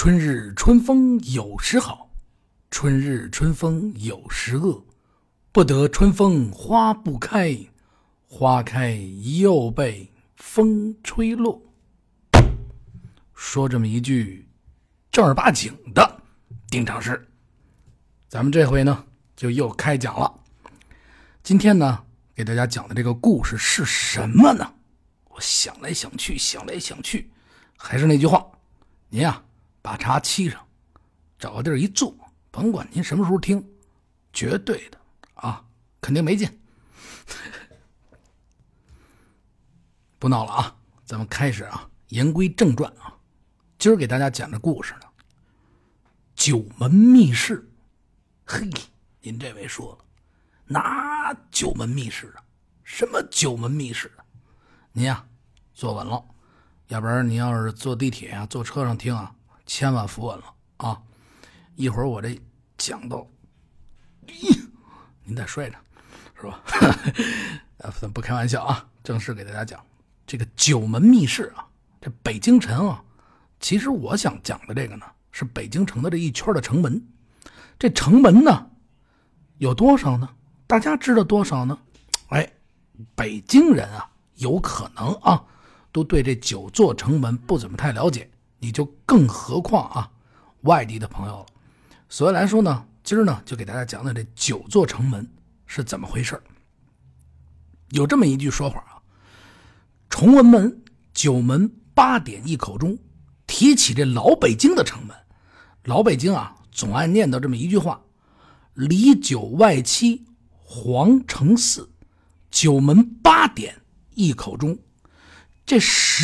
春日春风有时好，春日春风有时恶，不得春风花不开，花开又被风吹落。说这么一句正儿八经的定场诗，咱们这回呢就又开讲了。今天呢给大家讲的这个故事是什么呢？我想来想去，还是那句话，您呀把茶沏上，找个地儿一坐，甭管您什么时候听，绝对的啊，肯定没劲。不闹了啊，咱们开始啊，言归正传啊。今儿给大家讲的故事呢，九门密室。嘿，您这位说了，哪九门密室啊？什么九门密室啊？您呀坐稳了，要不然你要是坐地铁啊、坐车上听啊，千万扶稳了啊！一会儿我这讲到，您再摔着，是吧？咱不开玩笑啊，正式给大家讲这个九门密室啊。这北京城啊，其实我想讲的这个呢，是北京城的这一圈的城门。这城门呢，有多少呢？大家知道多少呢？哎，北京人啊，有可能啊，都对这九座城门不怎么太了解，你就更何况啊，外地的朋友了。所以来说呢，今儿呢就给大家讲讲这九座城门是怎么回事。有这么一句说法啊，崇文门、九门八点一口钟，提起这老北京的城门，老北京啊总爱念叨这么一句话：里九外七皇城四，九门八点一口钟。这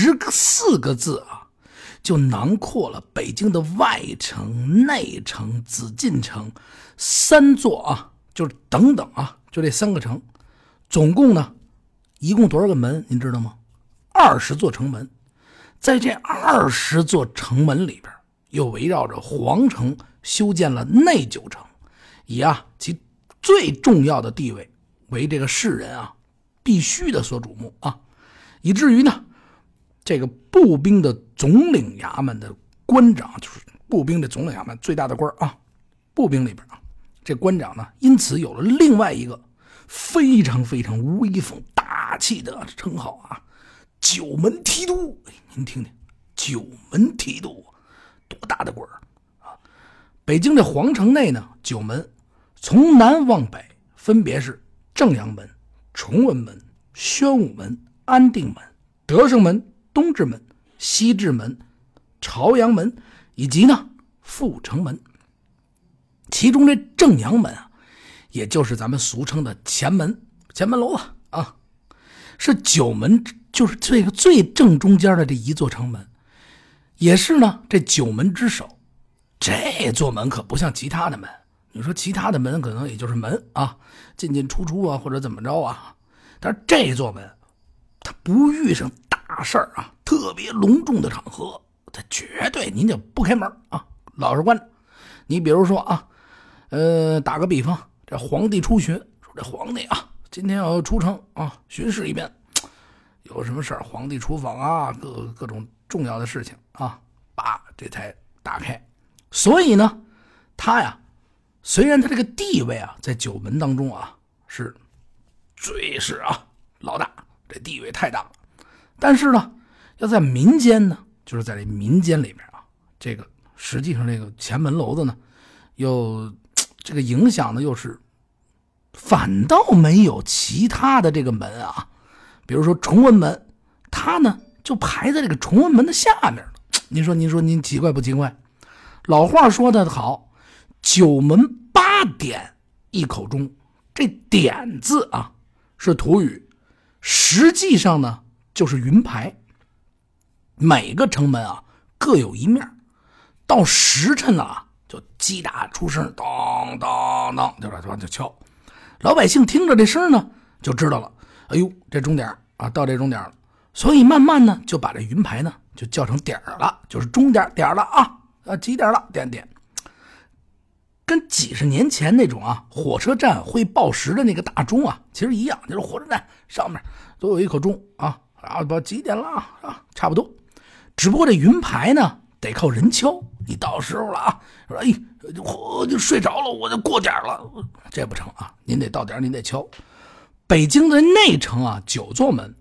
14个字啊，就囊括了北京的外城、内城、紫禁城三座啊，就是等等啊，就这三个城。总共呢，一共多少个门？您知道吗？20座城门。在这20座城门里边，又围绕着皇城修建了内九城，以啊其最重要的地位为这个世人啊必须的所瞩目啊，以至于呢，这个步兵的总领衙门的官长，就是步兵的总领衙门最大的官啊，步兵里边啊，这官长呢，因此有了另外一个非常非常威风大气的称号啊，九门提督。您听听，九门提督多大的官啊！北京这皇城内呢，九门从南往北分别是正阳门、崇文门、宣武门、安定门、德胜门、东直门、西直门、朝阳门以及呢阜成门。其中这正阳门啊，也就是咱们俗称的前门楼了啊，是九门，就是这个最正中间的这一座城门，也是呢这九门之首。这座门可不像其他的门，你说其他的门可能也就是门啊，进进出出啊，或者怎么着啊，但是这座门它不遇上大事儿啊，特别隆重的场合，它绝对您就不开门啊，老实关着。你比如说啊，打个比方，这皇帝出巡，说这皇帝啊今天要出城啊巡视一遍，有什么事儿皇帝出访啊，各种重要的事情啊，这才打开。所以呢，他呀虽然他这个地位啊在九门当中啊是老大，这地位太大了，但是呢要在民间呢，就是在这民间里面啊，这个实际上这个前门楼子呢又这个影响呢又是反倒没有其他的这个门啊，比如说崇文门，它呢就排在这个崇文门的下面了。您说您奇怪不奇怪？老话说的好，九门八点一口钟，这点字啊是土语，实际上呢就是云牌。每个城门啊各有一面，到时辰了啊就击打出声，当当当，就敲。老百姓听着这声呢就知道了，哎呦这钟点啊，到这钟点了。所以慢慢呢就把这云牌呢就叫成点了，就是钟点了啊，几点了，点。跟几十年前那种啊火车站会报时的那个大钟啊其实一样，就是火车站上面都有一口钟啊，几点了啊，差不多。只不过这云牌呢得靠人敲你到时候了啊，说哎，我就睡着了，我就过点了，这不成啊，您得到点，您得敲。北京的内城啊，9座门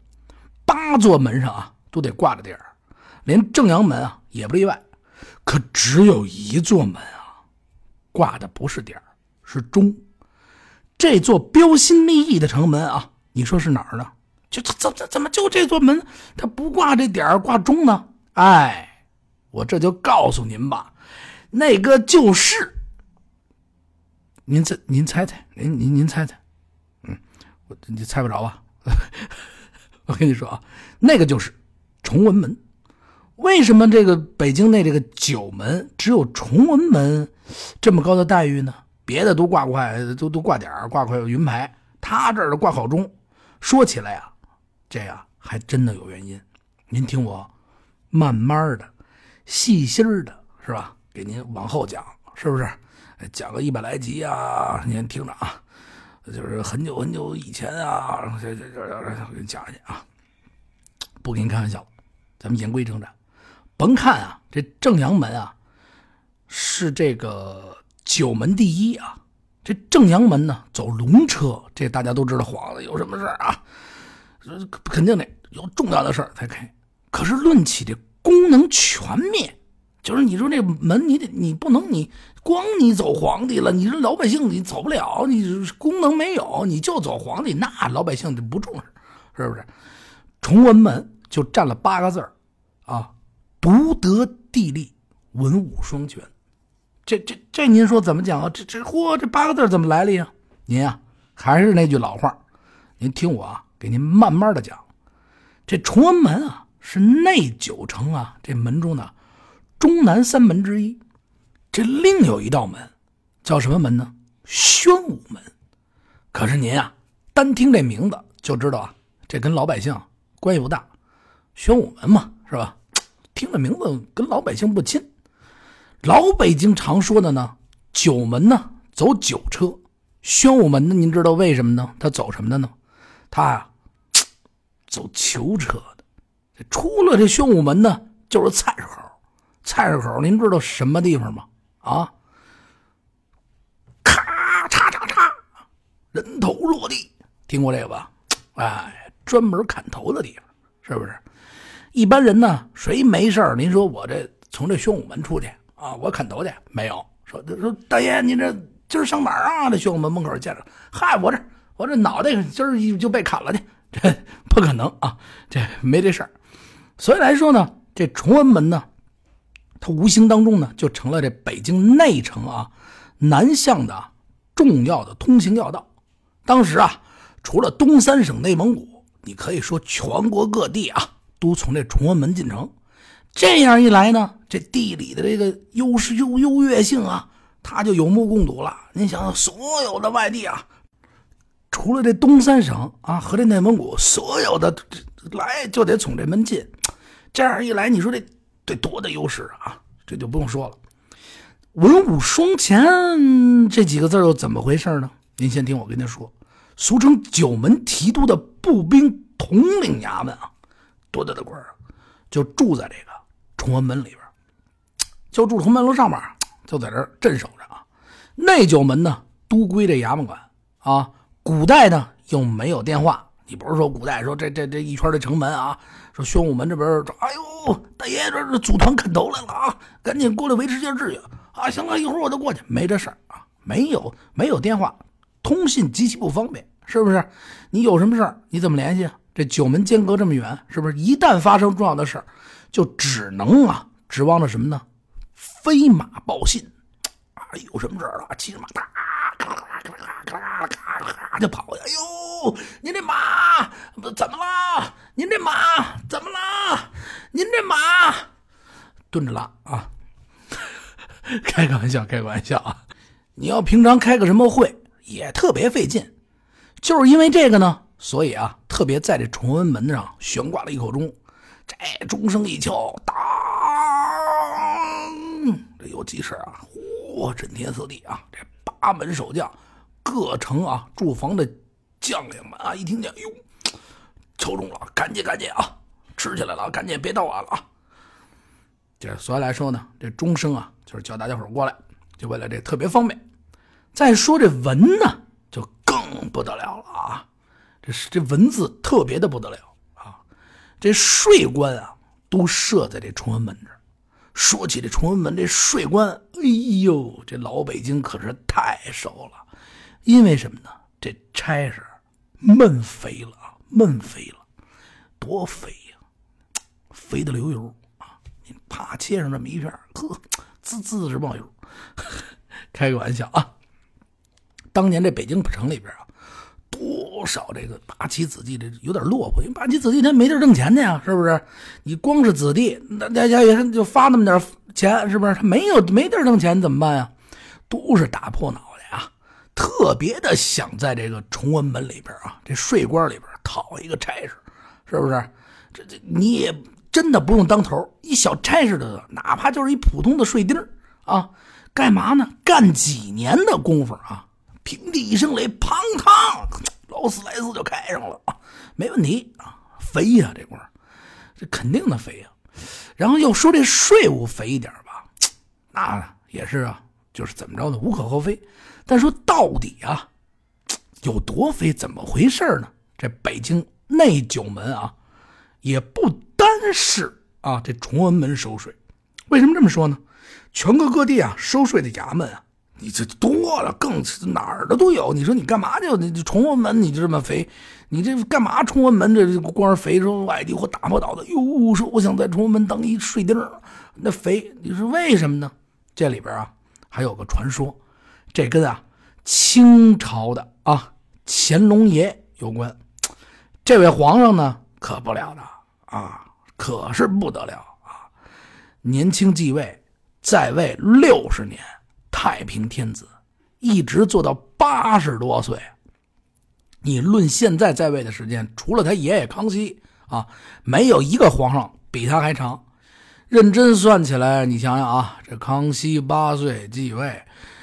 ，8座门上啊都得挂着点儿，连正阳门啊也不例外。可只有1座门啊挂的不是点儿，是钟。这座标新立异的城门啊，你说是哪儿呢？就怎么就这座门它不挂这点儿，挂钟呢？哎，我这就告诉您吧，那个就是您猜猜，您猜猜，你猜不着吧？我跟你说啊，那个就是崇文门。为什么这个北京内这个9门只有崇文门这么高的待遇呢？别的都挂都挂点挂块云牌，他这儿的挂好钟。说起来啊，这呀还真的有原因。您听我慢慢的、细心的，是吧？给您往后讲，是不是？讲个100来集啊，您听着啊。就是很久很久以前啊，这给你讲一讲啊，不跟你开玩笑，咱们言归正传。甭看啊，这正阳门啊是这个9门第一啊，这正阳门呢走龙车，这大家都知道，皇子有什么事啊，肯定得有重要的事才开。可是论起这功能全面，就是你说这门你不能你光你走皇帝了，你说老百姓你走不了，你功能没有，你就走皇帝，那老百姓就不重视，是不是？崇文门就占了8个字啊，独得地利，文武双全。这您说怎么讲啊？这8个字怎么来历啊？您啊还是那句老话，您听我啊，给您慢慢的讲。这崇文门啊是内9城啊这门中的中南3门之一。这另有一道门叫什么门呢？宣武门。可是您啊单听这名字就知道啊，这跟老百姓关系不大。宣武门嘛，是吧？听这名字跟老百姓不亲。老北京常说的呢，9门呢走9车，宣武门呢您知道为什么呢？他走什么的呢？他啊走囚车的。出了这宣武门呢就是菜市口。菜市口您知道什么地方吗？啊，咔嚓嚓嚓，人头落地，听过这个吧？哎，专门砍头的地方，是不是？一般人呢，谁没事您说我这从这宣武门出去啊，我砍头去没有？说大爷，你这今儿上哪儿啊？这宣武门门口见着，嗨，我这脑袋今儿就被砍了去，这不可能啊，这没这事儿。所以来说呢，这崇文门呢，它无形当中呢就成了这北京内城啊南向的重要的通行要道。当时啊，除了东3省内蒙古，你可以说全国各地啊都从这崇文门进城。这样一来呢，这地理的这个优越性啊，它就有目共睹了。您想想，所有的外地啊，除了这东3省啊和这内蒙古，所有的来就得从这门进。这样一来，你说这多大优势啊，这就不用说了。文武双全这几个字又怎么回事呢？您先听我跟您说，俗称9门提督的步兵统领衙门啊，多大的官啊，就住在这个崇文门里边，就住崇文楼上面，就在这儿镇守着啊。内9门呢都归这衙门管啊。古代呢又没有电话，你不是说古代说这一圈的城门啊，说宣武门这边说，哎呦大爷，这组团砍头来了啊，赶紧过来维持一下秩序啊！行了，一会儿我就过去，没这事儿啊，没有电话，通信极其不方便，是不是？你有什么事儿你怎么联系啊？这9门间隔这么远，是不是？一旦发生重要的事儿，就只能啊指望着什么呢？飞马报信啊！有什么事儿了，骑着马就跑去。哎呦，您这马怎么了？您这马怎么了？您这马蹲着拉啊！开个玩笑啊！你要平常开个什么会也特别费劲，就是因为这个呢，所以啊，特别在这崇文门上悬挂了一口钟。这钟声一敲，当，这有急事啊！嚯，震天四地啊！这8门守将，各城啊驻防的将领们啊，一听见，哟，敲钟了，赶紧啊，吃起来了，赶紧别到晚了啊！ 这所以来说呢，这钟声啊，就是叫大家伙过来，就为了这特别方便。再说这文呢，就更不得了了啊！这文字特别的不得了啊！这税官啊，都设在这崇文门这儿。说起这崇文门这税官，哎呦，这老北京可是太熟了。因为什么呢？这差事闷肥了，闷肥了，多肥呀，肥的流油啊！你啪切上这么一片，呵，滋滋是冒油。开个玩笑啊！当年这北京城里边啊，多少这个八旗子弟这有点落魄，因为八旗子弟他没地儿挣钱去呀，是不是？你光是子弟，大家也就发那么点钱，是不是？他没地儿挣钱怎么办呀？都是打破脑袋啊，特别的想在这个崇文门里边啊，这税官里边讨一个差事，是不是？这你也真的不用当头，一小差事的，哪怕就是一普通的税丁啊，干嘛呢？干几年的功夫啊，平地一声雷，砰嘡，劳斯莱斯就开上了啊，没问题啊，肥呀，这官这肯定的肥呀。然后又说这税务肥一点吧，那也是啊，就是怎么着呢，无可厚非。但说到底啊，有多肥，怎么回事呢？这北京内九门啊，也不单是啊这崇文门收税。为什么这么说呢？全国各地啊收税的衙门啊，你这多了，更哪儿的都有。你说你干嘛就你崇文门你就这么肥？你这干嘛崇文门这官肥？说外地或打破岛的，哟，说我想在崇文门当一税丁，那肥，你说为什么呢？这里边啊还有个传说，这跟啊清朝的啊乾隆爷有关。这位皇上呢可不了的啊，可是不得了啊！年轻继位，在位60年，太平天子，一直做到80多岁。你论现在在位的时间，除了他爷爷康熙啊，没有一个皇上比他还长。认真算起来，你想想啊，这康熙8岁继位，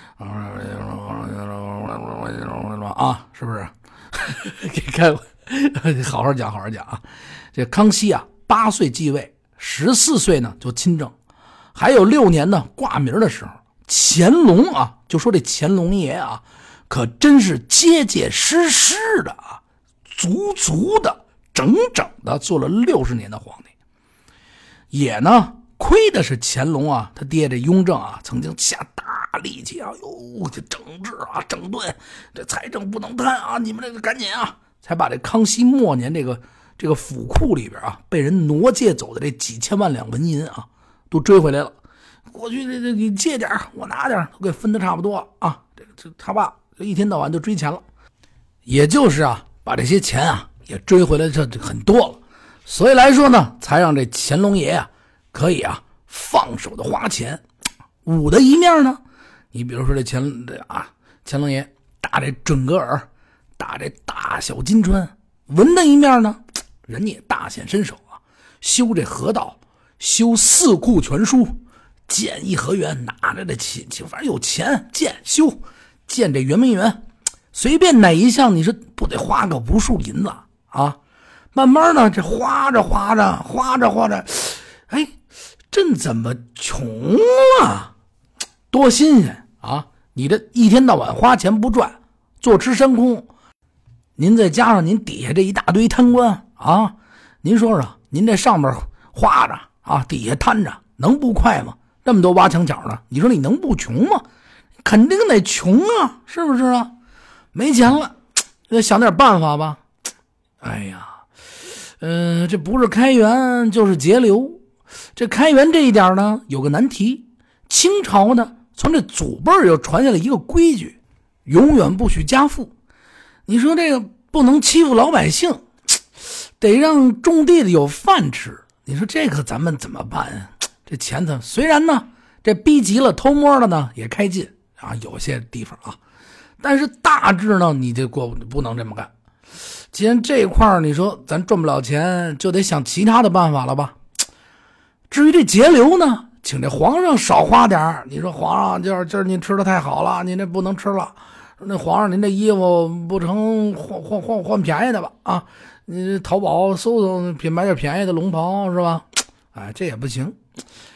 啊，是不是？给开，好好讲，好好讲啊！这康熙啊，8岁继位，14岁呢就亲政，还有6年呢挂名的时候，乾隆啊，就说这乾隆爷啊，可真是结结实实的啊，足足的、整整的做了60年的皇帝。也呢，亏的是乾隆啊，他爹这雍正啊，曾经下大力气啊，哟，这整治啊、整顿，这财政不能贪啊，你们这个赶紧啊，才把这康熙末年这个府库里边啊，被人挪借走的这几千万两文银啊，都追回来了。过去这你借点我拿点，都给分的差不多啊。这他爸一天到晚就追钱了，也就是啊，把这些钱啊也追回来，这很多了。所以来说呢，才让这乾隆爷啊可以啊放手的花钱。武的一面呢，你比如说这乾隆爷打这准噶尔，打这大小金川；文的一面呢，人家也大显身手啊，修这河道，修四库全书，建颐和园，拿着这钱，反正有钱修建这圆明园，随便哪一项你说不得花个无数银子啊？慢慢呢，这花着，哎，朕怎么穷啊？多新鲜啊！你这一天到晚花钱不赚，坐吃山空，您再加上您底下这一大堆贪官啊，您说说，您这上面花着啊，底下贪着，能不快吗？这么多挖墙脚的，你说你能不穷吗？肯定得穷啊，是不是啊？没钱了，得想点办法吧。哎呀，这不是开源就是节流。这开源这一点呢，有个难题。清朝呢，从这祖辈又传下来一个规矩，永远不许加赋。你说这个不能欺负老百姓，得让种地的有饭吃。你说这个咱们怎么办啊？这钱呢，虽然呢这逼急了偷摸的呢也开禁啊，有些地方啊，但是大致呢你这不能这么干。既然这块你说咱赚不了钱，就得想其他的办法了吧。至于这节流呢，请这皇上少花点。你说皇上今儿您吃的太好了，您这不能吃了。那皇上您这衣服不成换便宜的吧？啊，你淘宝搜品牌点便宜的龙袍是吧？哎，这也不行。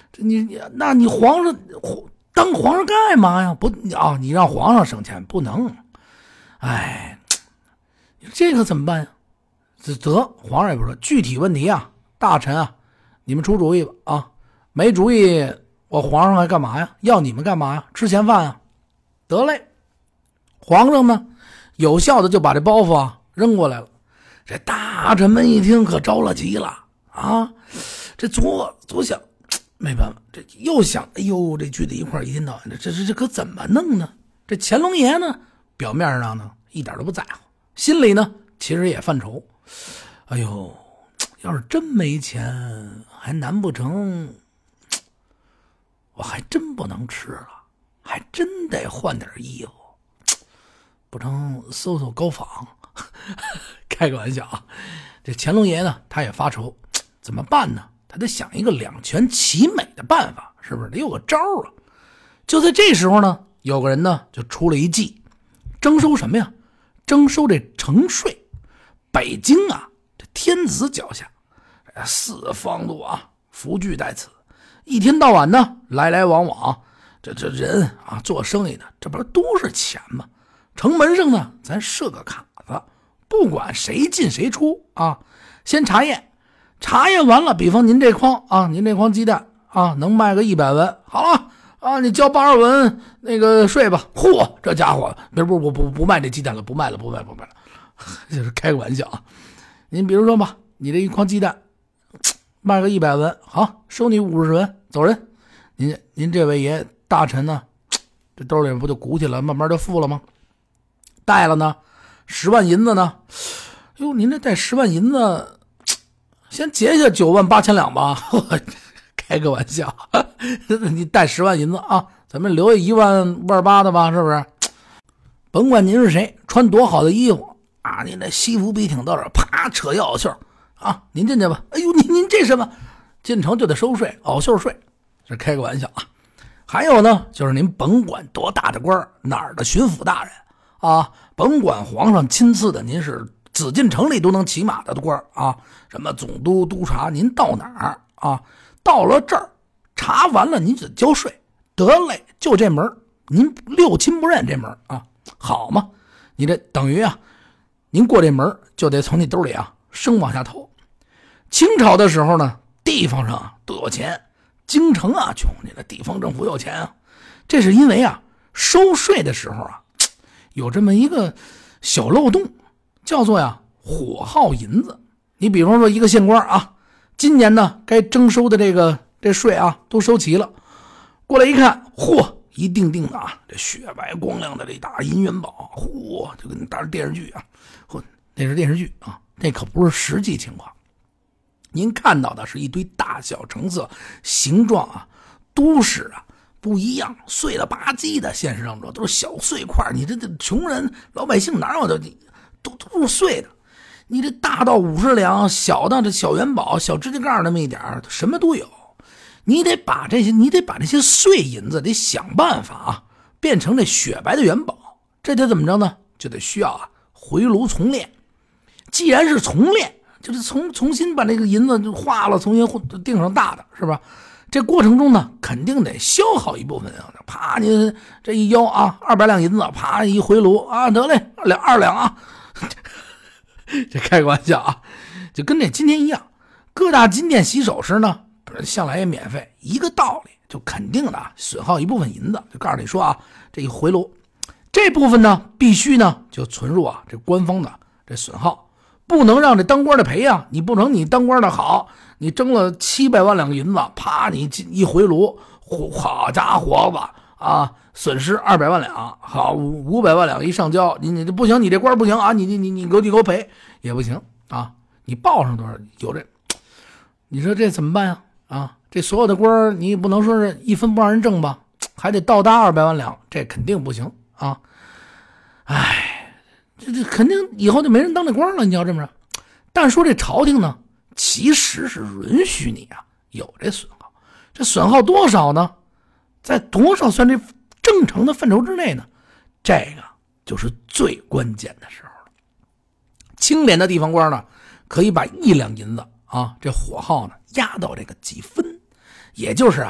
那你当皇上干嘛呀？不啊，你让皇上省钱不能。哎，这可怎么办呀？得，皇上也不说具体问题啊，大臣啊，你们出主意吧啊，没主意，我皇上还干嘛呀？要你们干嘛呀？吃闲饭啊？得嘞，皇上呢，有效的就把这包袱啊扔过来了。这大臣们一听可着了急了啊，这左想没办法，这又想，哎呦，这聚在一块一天到晚，这可怎么弄呢？这乾隆爷呢，表面上呢一点都不在乎，心里呢其实也犯愁。哎呦，要是真没钱，还难不成我还真不能吃了，还真得换点衣服，不成搜高仿。开个玩笑啊，这乾隆爷呢他也发愁，怎么办呢？他得想一个两全其美的办法，是不是得有个招啊？就在这时候呢，有个人呢就出了一计，征收什么呀？征收这城税。北京啊，这天子脚下，四方路啊，福聚在此，一天到晚呢来来往往，这人啊做生意的，这不都是钱吗？城门上呢，咱设个卡子，不管谁进谁出啊，先查验，查验完了，比方您这筐啊，您这筐鸡蛋啊，能卖个100文，好了啊，你交80文那个税吧。嚯，这家伙，我不卖这鸡蛋了，不卖了。就是开个玩笑啊。您比如说吧，你这一筐鸡蛋卖个100文，好，收你50文，走人。您这位爷大臣呢，这兜里不就鼓起了，慢慢就富了吗？带了呢10万银子呢，哟，您这带10万银子，先结下9万8千两吧。开个玩笑，你带10万银子啊，咱们留下1万8的吧，是不是？甭管您是谁，穿多好的衣服啊，您这西服笔挺到这儿，啪扯一袄袖啊，您进去吧。哎呦，您这什么？进城就得收税，袄袖税，这开个玩笑啊。还有呢，就是您甭管多大的官，哪儿的巡抚大人啊，甭管皇上亲赐的，您是紫禁城里都能骑马的官啊，什么总督、督察，您到哪儿啊？到了这儿查完了，您就交税，得嘞，就这门，您六亲不认这门啊，好吗？你这等于啊，您过这门就得从你兜里啊生往下偷。清朝的时候呢，地方上啊都有钱，京城啊穷，你的地方政府有钱啊。这是因为啊，收税的时候啊，有这么一个小漏洞，叫做呀火耗银子。你比方说一个县官啊，今年呢该征收的这税啊都收齐了，过来一看，嚯，一定的啊，这雪白光亮的这大银元宝，嚯，就跟当电视剧啊，嚯，那是电视剧啊，那可不是实际情况。您看到的是一堆大小成色、形状啊、都市啊不一样，碎了吧唧的，现实当中都是小碎块。你这穷人老百姓哪有的都是碎的。你这大到50两，小到这小元宝、小指甲盖那么一点，什么都有。你得把这些碎银子得想办法啊，变成这雪白的元宝。这得怎么着呢？就得需要啊回炉重炼。既然是重炼，就是重新把这个银子就化了，重新定上大的，是吧？这过程中呢，肯定得消耗一部分啊。啪，你这一腰啊，200两银子，啪一回炉啊，得嘞，2两啊。这开个玩笑啊，就跟这今天一样，各大金店洗手时呢，向来也免费，一个道理，就肯定的损耗一部分银子，就告诉你说啊，这一回炉，这部分呢必须呢就存入啊这官方的这损耗，不能让这当官的赔啊，你不能你当官的好，你征了700万两银子，啪你一回炉，好家伙吧啊，损失200万两，好500万两一上交，你这不行，你这官不行啊，你给我赔也不行啊，你报上多少有这，你说这怎么办呀？啊，这所有的官你也不能说是一分不让人挣吧，还得到达200万两，这肯定不行啊！哎，这肯定以后就没人当这官了。你要这么着，但说这朝廷呢，其实是允许你啊有这损耗，这损耗多少呢？在多少算这正常的范畴之内呢？这个就是最关键的时候了。清廉的地方官呢，可以把1两银子啊，这火耗呢压到这个几分，也就是啊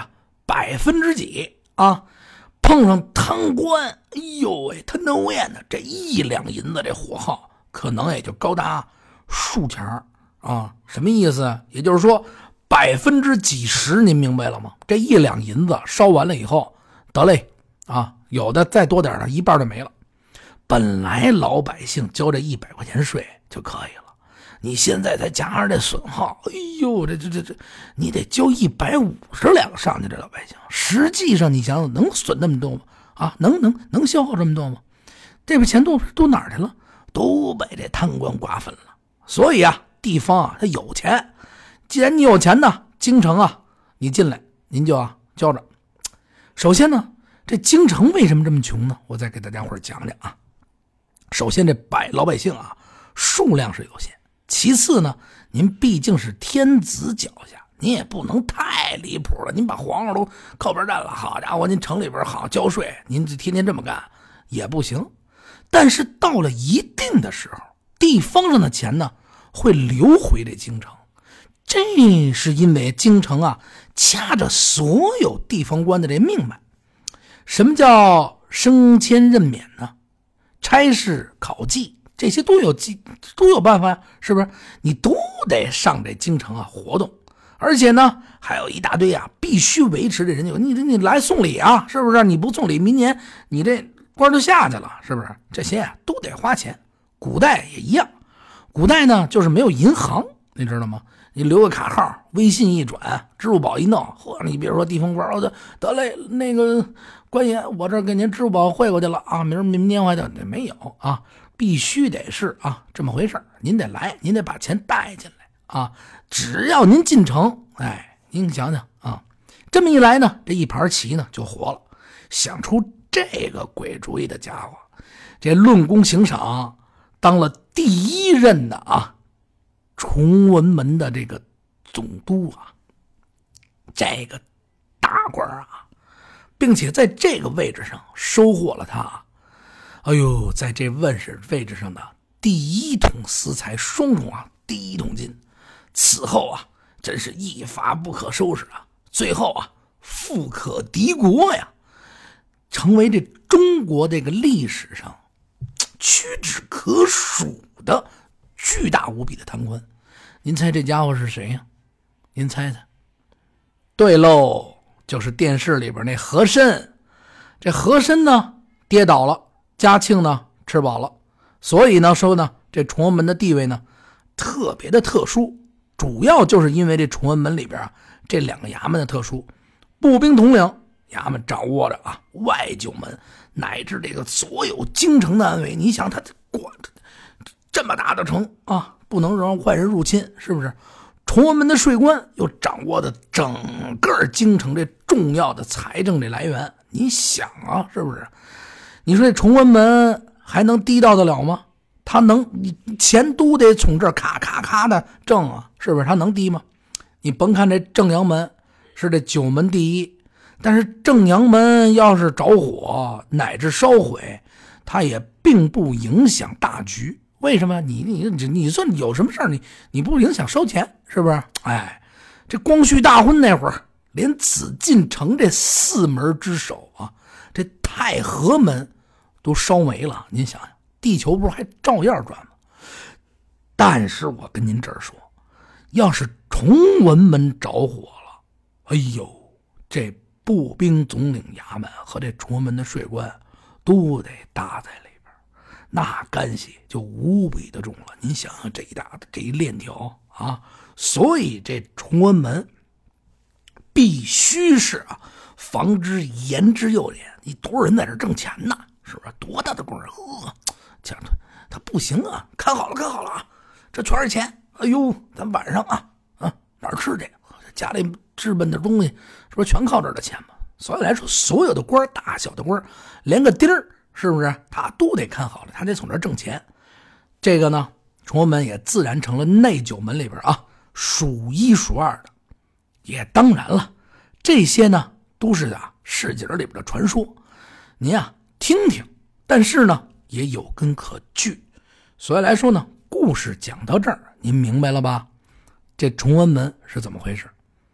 几%啊，碰上贪官，哎呦喂，他能验的这1两银子这火耗可能也就高达数钱啊。什么意思？也就是说几十%，您明白了吗？这1两银子烧完了以后，得嘞啊，有的再多点的一半就没了。本来老百姓交这100块钱税就可以了，你现在再加上这损耗，哎呦，这你得交150两上去，这老百姓实际上你想想能损那么多吗？啊，能消耗这么多吗？这笔钱都哪儿去了？都被这贪官瓜分了。所以啊，地方啊，他有钱，既然你有钱呢，京城啊，你进来您就交着。首先呢，这京城为什么这么穷呢？我再给大家伙讲讲啊。首先这老百姓啊，数量是有限。其次呢，您毕竟是天子脚下，您也不能太离谱了。您把皇上都靠边站了，好家伙，您城里边好交税，您天天这么干也不行。但是到了一定的时候，地方上的钱呢会流回这京城，这是因为京城啊掐着所有地方官的这命脉。什么叫升迁任免呢？差事考绩这些都有办法呀，是不是？你都得上这京城啊活动，而且呢还有一大堆啊必须维持这人家，你来送礼啊，是不是？你不送礼，明年你这官就下去了，是不是？这些啊都得花钱。古代也一样，古代呢就是没有银行，你知道吗？你留个卡号，微信一转，支付宝一弄，或你比如说地方官，得嘞，那个官爷，我这给您支付宝汇过去了啊，明年还得没有啊，必须得是啊这么回事，您得来，您得把钱带进来啊。只要您进城，哎，您想想啊，这么一来呢，这一盘棋呢就活了。想出这个鬼主意的家伙，这论功行赏，当了第1任的啊崇文门的这个总督啊，这个大官啊，并且在这个位置上收获了他，哎呦，在这问世位置上的第1桶私财，双重啊，第1桶金。此后啊，真是一发不可收拾啊！最后啊，富可敌国呀，成为这中国这个历史上屈指可数的巨大无比的贪官。您猜这家伙是谁呀？您猜猜？对喽，就是电视里边那和珅。这和珅呢跌倒了，嘉庆呢吃饱了，所以呢说呢这崇文门的地位呢特别的特殊，主要就是因为这崇文门里边啊这2个衙门的特殊。步兵统领衙门掌握着啊外九门乃至这个所有京城的安危。你想他管这么大的城啊，不能让坏人入侵，是不是？崇文门的税官又掌握的整个京城这重要的财政这来源，你想啊，是不是？你说这崇文门还能低到得了吗？他能，你钱都得从这儿咔咔咔的挣啊，是不是？他能低吗？你甭看这正阳门是这9门第1，但是正阳门要是着火乃至烧毁，它也并不影响大局。为什么？你算有什么事儿，你不影响烧钱，是不是？哎，这光绪大婚那会儿，连紫禁城这4门之首啊，这太和门都烧没了。您想想，地球不是还照样转吗？但是我跟您这儿说，要是崇文门着火了，哎呦，这步兵总领衙门和这崇文门的税官都得搭在里边，那干系就无比的重了。您想想这一链条啊，所以这崇文门必须是啊防之严之又严。你多少人在这挣钱呢？是不是？多大的官啊！这样他不行啊！看好了啊！这全是钱。哎呦，咱晚上哪儿吃去？家里置办的东西，是不是全靠这儿的钱嘛？所以来说，所有的官，大小的官，连个丁儿，是不是？他都得看好了，他得从这儿挣钱。这个呢，崇文门也自然成了内9门里边啊数1数2的。也当然了，这些呢都是市井里边的传说，您听听，但是呢也有根可据。所以来说呢，故事讲到这儿，您明白了吧？这崇文门是怎么回事？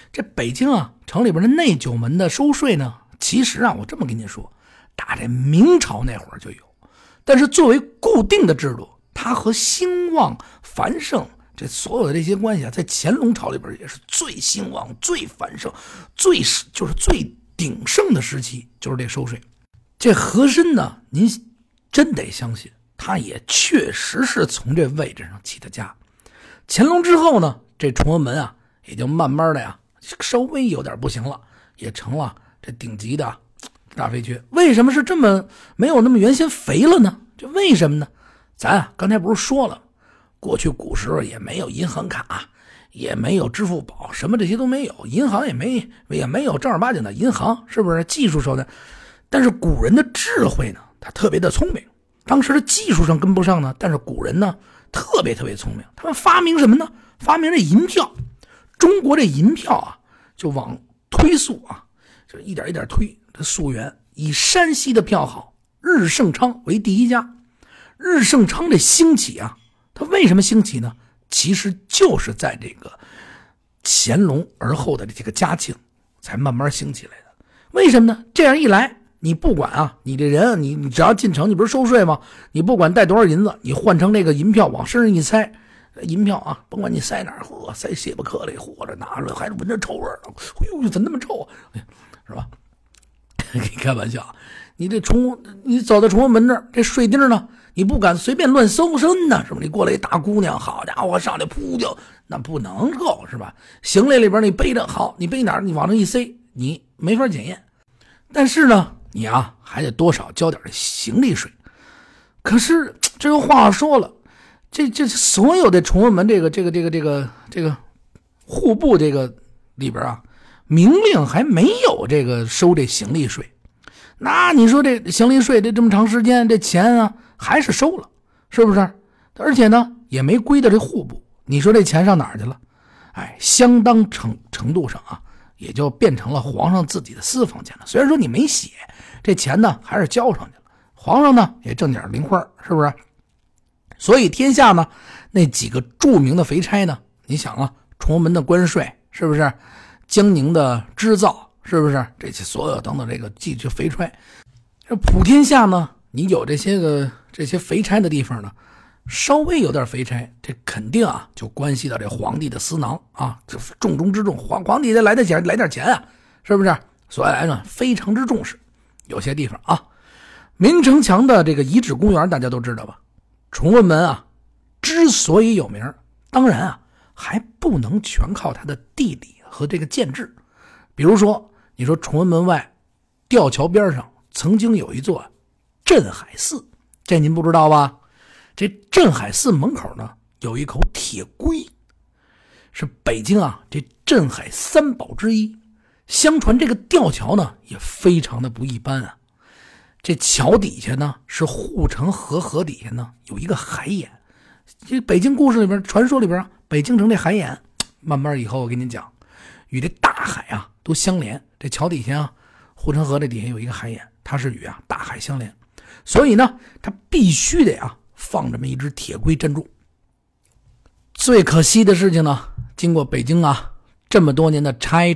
这北京啊城里边的内九门的收税呢，其实啊我这么跟你说，打这明朝那会儿就有，但是作为固定的制度，它和兴旺繁盛这所有的这些关系啊，在乾隆朝里边也是最兴旺、最繁盛、最鼎盛的时期，就是这收税。这和珅呢，您真得相信，他也确实是从这位置上起的家。乾隆之后呢，这崇文门啊，也就慢慢的呀，稍微有点不行了，也成了这顶级的大肥缺。为什么是这么没有那么原先肥了呢？这为什么呢？咱啊刚才不是说了，过去古时候也没有银行卡，也没有支付宝，什么这些都没有，银行也没有正儿八经的银行，是不是？技术手段，但是古人的智慧呢，他特别的聪明。当时的技术上跟不上呢，但是古人呢特别聪明，他们发明什么呢？发明这银票。中国这银票啊，就往推速啊，就一点一点推，这溯源以山西的票号日盛昌为第一家。日盛昌这兴起啊，它为什么兴起呢？其实就是在这个乾隆而后的这个嘉庆才慢慢兴起来的。为什么呢？这样一来，你不管啊，你这人你只要进城，你不是收税吗？你不管带多少银子，你换成这个银票往身上一塞，银票啊，甭管你塞哪儿，塞血巴壳里，或者拿着还闻着臭味儿，哎呦，怎么那么臭啊？是吧？跟你开玩笑，你走到崇文门这儿，这税丁呢，你不敢随便乱搜身呢，是吧？你过来一大姑娘，好家伙，上来扑就那不能够，是吧？行李里边你背着好，你背哪儿，你往那一塞，你没法检验。但是呢，你啊还得多少交点行李税。可是这个话说了，这所有的崇文门这个户部这个里边啊，明令还没有这个收这行李税。那你说这行李税这么长时间，这钱啊还是收了，是不是？而且呢也没归到这户部，你说这钱上哪儿去了？相当程度上啊，也就变成了皇上自己的私房钱了。虽然说你没写，这钱呢还是交上去了，皇上呢也挣点零花，是不是？所以天下呢那几个著名的肥差呢，你想啊，崇文门的关税，是不是？江宁的织造，是不是？这些所有等等这个肥差，这普天下呢，你有这些肥差的地方呢，稍微有点肥差，这肯定啊就关系到这皇帝的私囊啊，这重中之重，皇帝得来点钱啊，是不是？所以来呢非常之重视。有些地方啊，明城墙的这个遗址公园大家都知道吧？崇文门啊之所以有名，当然啊还不能全靠它的地理和这个建制。比如说你说崇文门外吊桥边上曾经有一座镇海寺，这您不知道吧？这镇海寺门口呢有一口铁龟，是北京啊这镇海三宝之一。相传这个吊桥呢也非常的不一般啊，这桥底下呢是护城河底下呢有一个海眼。这北京故事里边传说里边啊，北京城这海眼慢慢以后我跟您讲，与这大海啊都相连。这桥底下啊，护城河这底下有一个海眼，它是与啊大海相连，所以呢它必须得啊放这么一只铁龟镇住。最可惜的事情呢，经过北京啊这么多年的拆，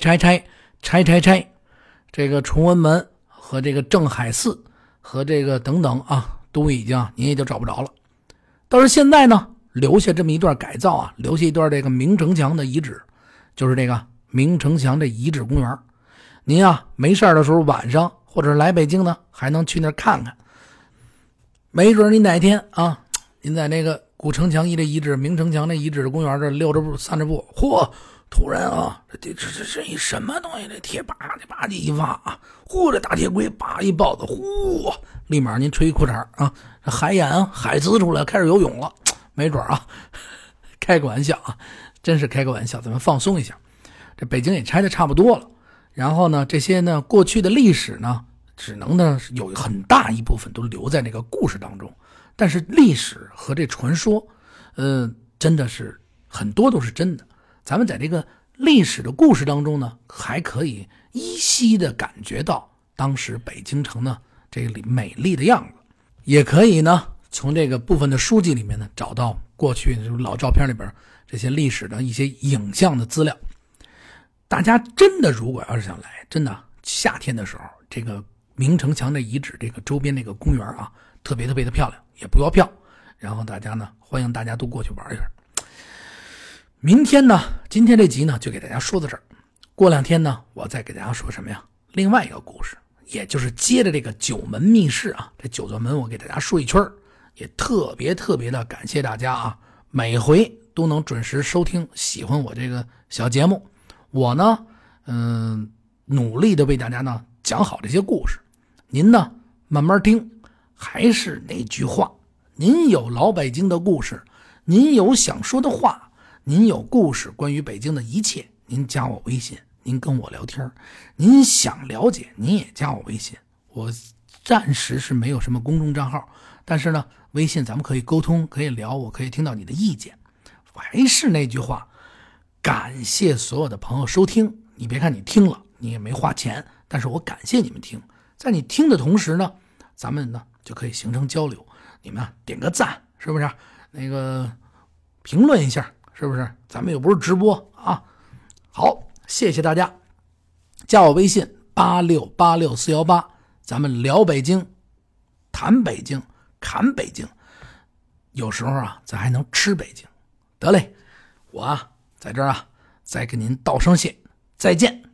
这个崇文门和这个镇海寺和这个等等啊，都已经您也就找不着了。倒是现在呢留下这么一段改造啊，留下一段这个明城墙的遗址，就是这个明城墙这遗址公园。您啊没事的时候晚上或者来北京呢，还能去那儿看看。没准你哪天啊，您在那个古城墙这遗址、明城墙这遗址公园这溜着步散着步，嚯，突然啊，这是一什么东西？这铁吧唧一挖啊，嚯，这大铁龟吧一抱子，嚯，立马您吹裤衩啊，这海眼啊海滋出来开始游泳了，没准啊，开个玩笑啊，真是开个玩笑，咱们放松一下。这北京也拆的差不多了，然后呢，这些呢过去的历史呢，只能呢有很大一部分都留在那个故事当中，但是历史和这传说，真的是很多都是真的。咱们在这个历史的故事当中呢，还可以依稀的感觉到当时北京城呢这里美丽的样子，也可以呢从这个部分的书籍里面呢找到过去老照片里边这些历史的一些影像的资料。 大家真的如果要是想来，真的夏天的时候，这个明城墙的遗址这个周边那个公园啊，特别特别的漂亮，也不要票。然后大家呢，欢迎大家都过去玩一下。明天呢，今天这集呢就给大家说到这儿。过2天呢，我再给大家说什么呀？另外一个故事，也就是接着这个九门密室啊，这九座门我给大家说一圈，也特别特别的感谢大家啊，每回都能准时收听，喜欢我这个小节目。我呢，努力的为大家呢讲好这些故事，您呢慢慢听。还是那句话，您有老北京的故事，您有想说的话，您有故事关于北京的一切，您加我微信，您跟我聊天，您想了解您也加我微信。我暂时是没有什么公众账号，但是呢微信咱们可以沟通，可以聊，我可以听到你的意见。还是那句话，感谢所有的朋友收听。你别看你听了，你也没花钱，但是我感谢你们听。在你听的同时呢，咱们呢就可以形成交流。你们点个赞，是不是？那个评论一下，是不是？咱们又不是直播啊。好，谢谢大家，加我微信86864418，咱们聊北京，谈北京，侃北京。有时候啊，咱还能吃北京。得嘞，我啊在这儿啊再跟您道声谢，再见。